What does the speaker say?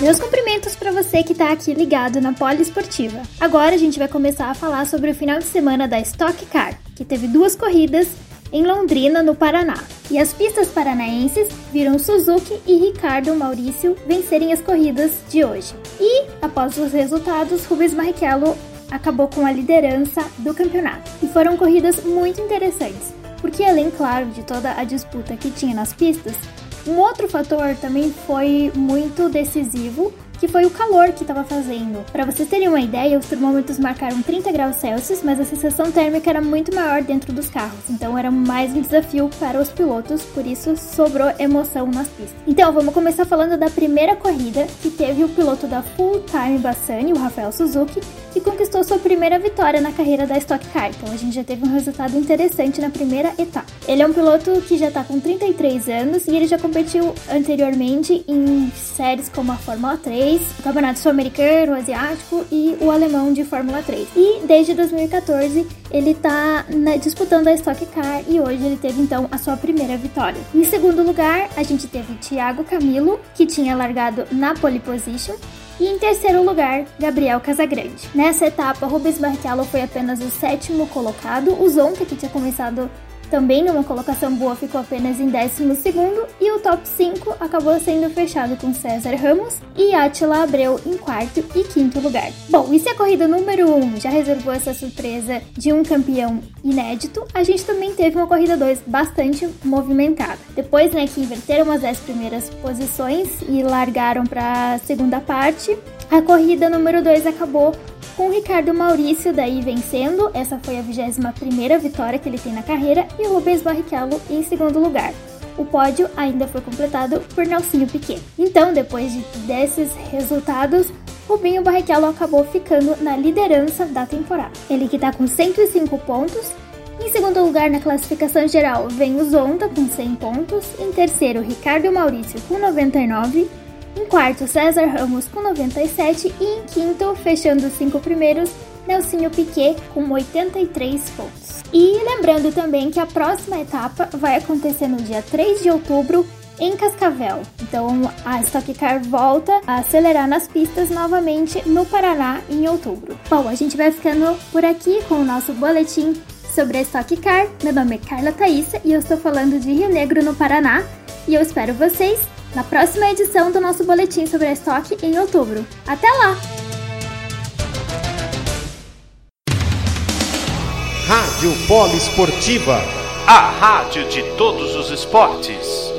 Meus cumprimentos para você que tá aqui ligado na Poliesportiva. Agora a gente vai começar a falar sobre o final de semana da Stock Car, que teve 2 corridas em Londrina, no Paraná. E as pistas paranaenses viram Suzuki e Ricardo Maurício vencerem as corridas de hoje. E, após os resultados, Rubens Barrichello acabou com a liderança do campeonato. E foram corridas muito interessantes, porque além, claro, de toda a disputa que tinha nas pistas, um outro fator também foi muito decisivo, que foi o calor que estava fazendo. Para vocês terem uma ideia, os termômetros marcaram 30 graus Celsius, mas a sensação térmica era muito maior dentro dos carros, então era mais um desafio para os pilotos, por isso sobrou emoção nas pistas. Então vamos começar falando da primeira corrida, que teve o piloto da Full Time Bassani, o Rafael Suzuki, que conquistou sua primeira vitória na carreira da Stock Car, então a gente já teve um resultado interessante na primeira etapa. Ele é um piloto que já está com 33 anos e ele já competiu anteriormente em séries como a Fórmula 3, o Campeonato Sul-Americano, o Asiático e o Alemão de Fórmula 3. E desde 2014 ele está disputando a Stock Car e hoje ele teve então a sua primeira vitória. Em segundo lugar, a gente teve Thiago Camilo, que tinha largado na pole position. E em terceiro lugar, Gabriel Casagrande. Nessa etapa, Rubens Barrichello foi apenas o 7º colocado. O Zonta, que tinha começado também numa colocação boa, ficou apenas em 12º. E o top 5 acabou sendo fechado com César Ramos e Átila Abreu em 4º e 5º lugar. Bom, e se a corrida número 1 já reservou essa surpresa de um campeão inédito, a gente também teve uma corrida 2 bastante movimentada. Depois, que inverteram as 10 primeiras posições e largaram para a segunda parte, a corrida número 2 acabou com o Ricardo Maurício daí vencendo. Essa foi a 21ª vitória que ele tem na carreira, e o Rubens Barrichello em segundo lugar. O pódio ainda foi completado por Nelsinho Piquet. Então, depois desses resultados, Rubinho Barrichello acabou ficando na liderança da temporada. Ele que está com 105 pontos. Em segundo lugar na classificação geral vem o Zonta com 100 pontos. Em terceiro, Ricardo Maurício com 99. Em quarto, César Ramos com 97 e em quinto, fechando os 5 primeiros, Nelsinho Piquet com 83 pontos. E lembrando também que a próxima etapa vai acontecer no dia 3 de outubro em Cascavel. Então a Stock Car volta a acelerar nas pistas novamente no Paraná em outubro. Bom, a gente vai ficando por aqui com o nosso boletim sobre a Stock Car. Meu nome é Carla Thaísa e eu estou falando de Rio Negro, no Paraná. E eu espero vocês na próxima edição do nosso boletim sobre a Stock em outubro. Até lá! Rádio Poliesportiva, a rádio de todos os esportes.